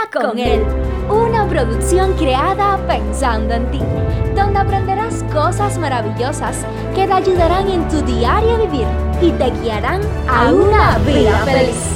con Él, una producción creada pensando en ti, donde aprenderás cosas maravillosas que te ayudarán en tu diario vivir y te guiarán a una vida feliz.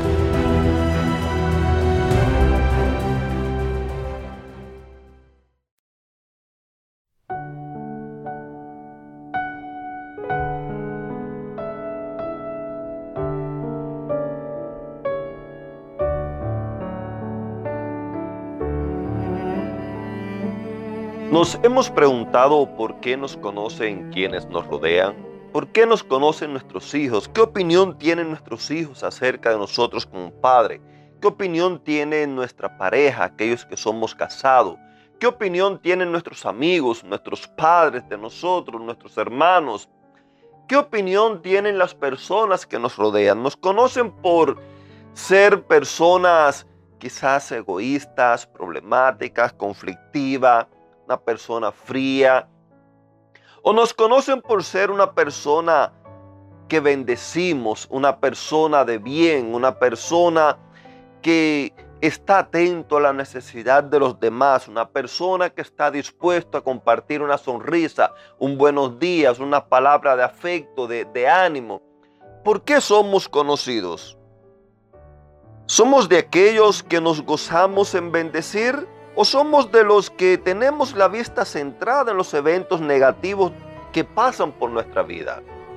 Nos hemos preguntado por qué nos conocen quienes nos rodean, por qué nos conocen nuestros hijos, qué opinión tienen nuestros hijos acerca de nosotros como padre, qué opinión tiene nuestra pareja, aquellos que somos casados, qué opinión tienen nuestros amigos, nuestros padres de nosotros, nuestros hermanos, qué opinión tienen las personas que nos rodean. Nos conocen por ser personas quizás egoístas, problemáticas, conflictivas, una persona fría, o nos conocen por ser una persona que bendecimos, una persona de bien, una persona que está atento a la necesidad de los demás, una persona que está dispuesto a compartir una sonrisa, un buenos días, una palabra de afecto, de ánimo. ¿Por qué somos conocidos? ¿Somos de aquellos que nos gozamos en bendecir? ¿O somos de los que tenemos la vista centrada en los eventos negativos que pasan por nuestra vida?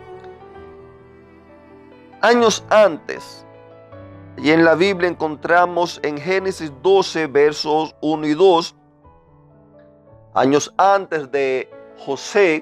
Años antes, y en la Biblia encontramos en Génesis 12, versos 1 y 2, años antes de José,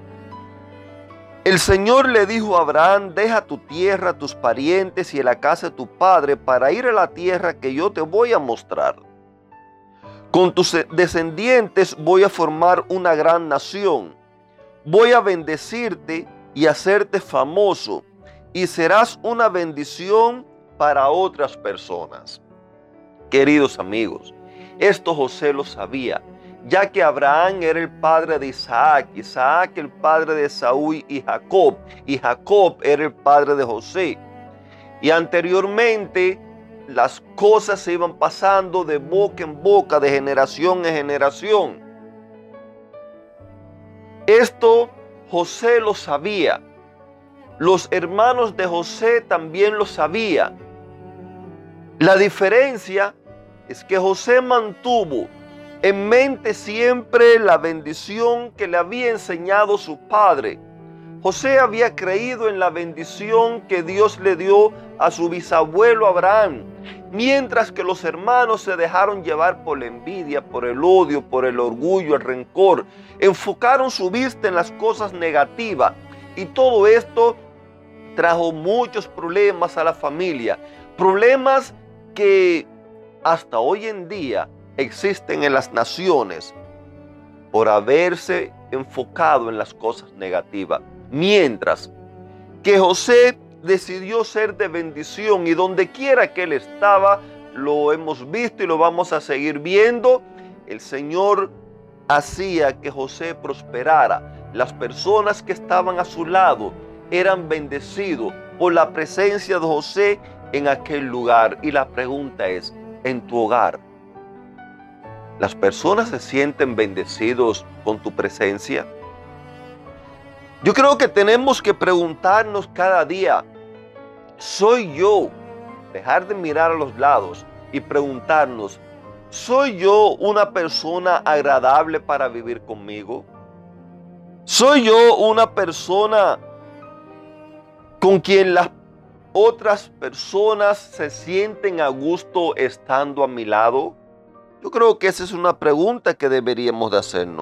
el Señor le dijo a Abraham: deja tu tierra, tus parientes y la casa de tu padre para ir a la tierra que yo te voy a mostrar. Con tus descendientes voy a formar una gran nación. Voy a bendecirte y hacerte famoso, y serás una bendición para otras personas. Queridos amigos, esto José lo sabía, ya que Abraham era el padre de Isaac, Isaac el padre de Esaú y Jacob era el padre de José. Y anteriormente las cosas se iban pasando de boca en boca, de generación en generación. Esto José lo sabía. Los hermanos de José también lo sabían. La diferencia es que José mantuvo en mente siempre la bendición que le había enseñado su padre. José había creído en la bendición que Dios le dio a su bisabuelo Abraham, mientras que los hermanos se dejaron llevar por la envidia, por el odio, por el orgullo, el rencor. Enfocaron su vista en las cosas negativas, y todo esto trajo muchos problemas a la familia, problemas que hasta hoy en día existen en las naciones por haberse enfocado en las cosas negativas. Mientras que José decidió ser de bendición, y donde quiera que él estaba, lo hemos visto y lo vamos a seguir viendo, el Señor hacía que José prosperara. Las personas que estaban a su lado eran bendecidos por la presencia de José en aquel lugar. Y la pregunta es, en tu hogar, ¿las personas se sienten bendecidos con tu presencia? Yo creo que tenemos que preguntarnos cada día, ¿soy yo? Dejar de mirar a los lados y preguntarnos, ¿soy yo una persona agradable para vivir conmigo? ¿Soy yo una persona con quien las otras personas se sienten a gusto estando a mi lado? Yo creo que esa es una pregunta que deberíamos de hacernos.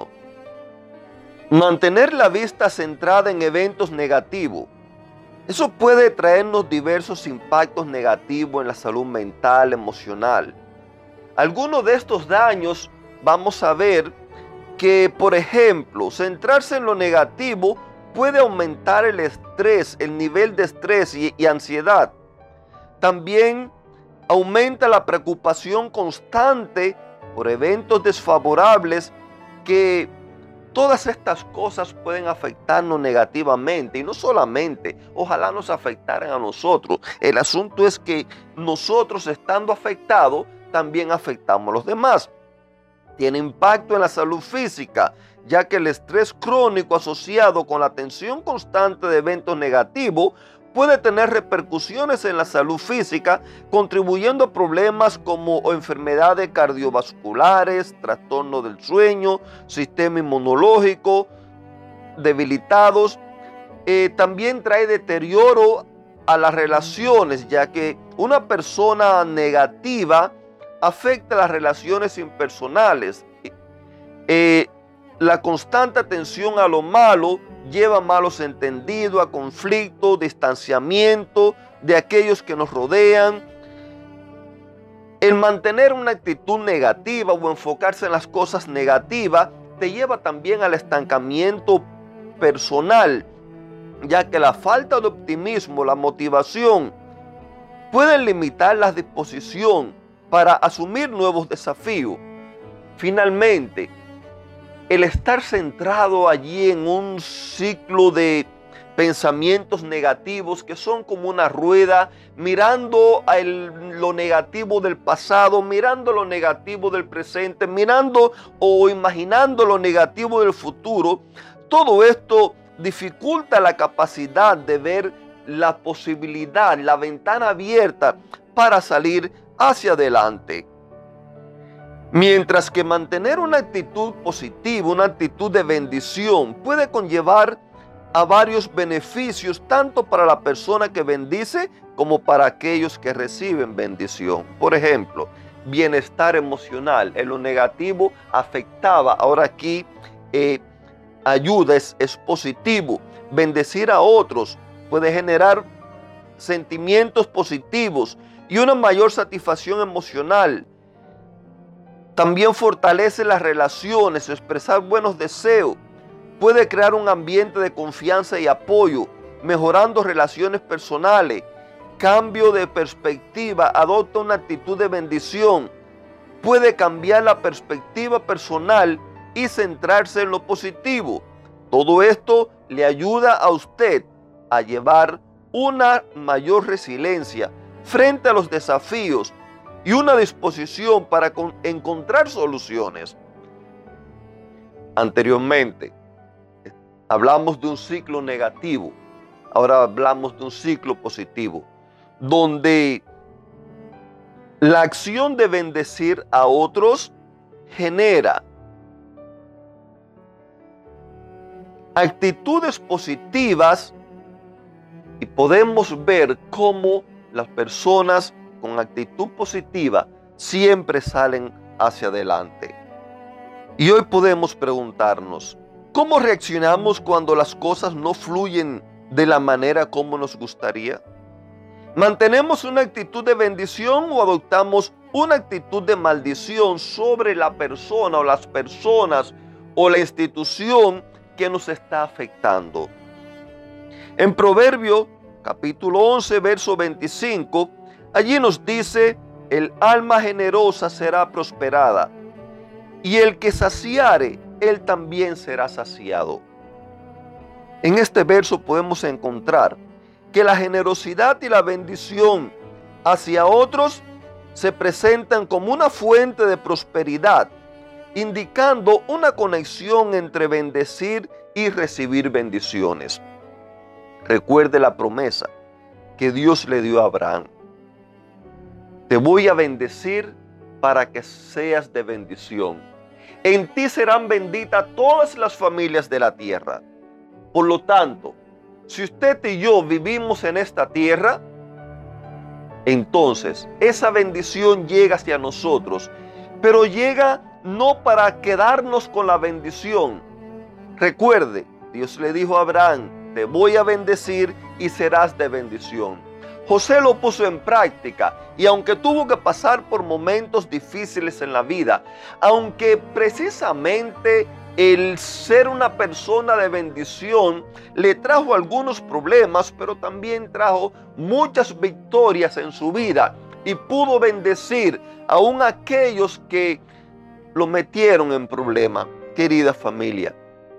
Mantener la vista centrada en eventos negativos, eso puede traernos diversos impactos negativos en la salud mental, emocional. Algunos de estos daños vamos a ver que, por ejemplo, centrarse en lo negativo puede aumentar el estrés, el nivel de estrés y ansiedad. También aumenta la preocupación constante por eventos desfavorables, que todas estas cosas pueden afectarnos negativamente. Y no solamente, ojalá nos afectaran a nosotros. El asunto es que nosotros, estando afectados, también afectamos a los demás. Tiene impacto en la salud física, ya que el estrés crónico asociado con la tensión constante de eventos negativos puede tener repercusiones en la salud física, contribuyendo a problemas como enfermedades cardiovasculares, trastorno del sueño, sistema inmunológico debilitados. También trae deterioro a las relaciones, ya que una persona negativa afecta las relaciones impersonales. La constante atención a lo malo lleva a malos entendidos, a conflictos, distanciamiento de aquellos que nos rodean. El mantener una actitud negativa o enfocarse en las cosas negativas te lleva también al estancamiento personal, ya que la falta de optimismo, la motivación, pueden limitar la disposición para asumir nuevos desafíos. Finalmente, el estar centrado allí en un ciclo de pensamientos negativos que son como una rueda, mirando lo negativo del pasado, mirando lo negativo del presente, mirando o imaginando lo negativo del futuro, todo esto dificulta la capacidad de ver la posibilidad, la ventana abierta para salir hacia adelante. Mientras que mantener una actitud positiva, una actitud de bendición, puede conllevar a varios beneficios, tanto para la persona que bendice como para aquellos que reciben bendición. Por ejemplo, bienestar emocional. En lo negativo afectaba, ahora aquí ayuda, es positivo. Bendecir a otros puede generar sentimientos positivos y una mayor satisfacción emocional. También fortalece las relaciones, expresar buenos deseos. Puede crear un ambiente de confianza y apoyo, mejorando relaciones personales. Cambio de perspectiva, adopta una actitud de bendición. Puede cambiar la perspectiva personal y centrarse en lo positivo. Todo esto le ayuda a usted a llevar una mayor resiliencia frente a los desafíos y una disposición para encontrar soluciones. Anteriormente hablamos de un ciclo negativo, ahora hablamos de un ciclo positivo, donde la acción de bendecir a otros genera actitudes positivas y podemos ver cómo las personas con actitud positiva siempre salen hacia adelante. Y hoy podemos preguntarnos, ¿cómo reaccionamos cuando las cosas no fluyen de la manera como nos gustaría? ¿Mantenemos una actitud de bendición o adoptamos una actitud de maldición sobre la persona o las personas o la institución que nos está afectando? En Proverbios capítulo 11, verso 25, allí nos dice, el alma generosa será prosperada, y el que saciare, él también será saciado. En este verso podemos encontrar que la generosidad y la bendición hacia otros se presentan como una fuente de prosperidad, indicando una conexión entre bendecir y recibir bendiciones. Recuerde la promesa que Dios le dio a Abraham. Te voy a bendecir para que seas de bendición. En ti serán benditas todas las familias de la tierra. Por lo tanto, si usted y yo vivimos en esta tierra, entonces esa bendición llega hacia nosotros, pero llega no para quedarnos con la bendición. Recuerde, Dios le dijo a Abraham, te voy a bendecir y serás de bendición. José lo puso en práctica y aunque tuvo que pasar por momentos difíciles en la vida, aunque precisamente el ser una persona de bendición le trajo algunos problemas, pero también trajo muchas victorias en su vida y pudo bendecir aún a aquellos que lo metieron en problemas. Querida familia,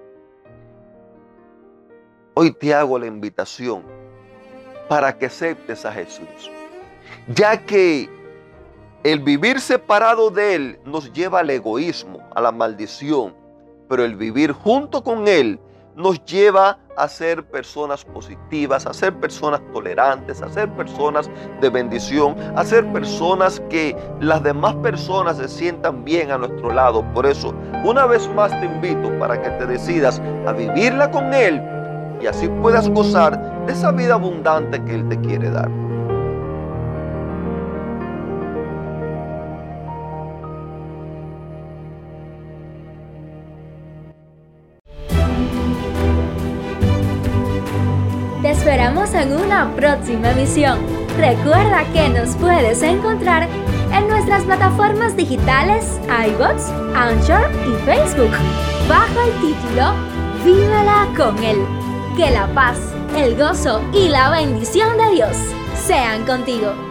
hoy te hago la invitación para que aceptes a Jesús, ya que El vivir separado de Él nos lleva al egoísmo, a la maldición, pero el vivir junto con Él nos lleva a ser personas positivas, a ser personas tolerantes, a ser personas de bendición, a ser personas que las demás personas se sientan bien a nuestro lado. Por eso, una vez más te invito para que te decidas a vivirla con Él y así puedas gozar de esa vida abundante que Él te quiere dar. Te esperamos en una próxima emisión. Recuerda que nos puedes encontrar en nuestras plataformas digitales iVoox, Anchor y Facebook bajo el título Vívela con Él. Que la paz, el gozo y la bendición de Dios sean contigo.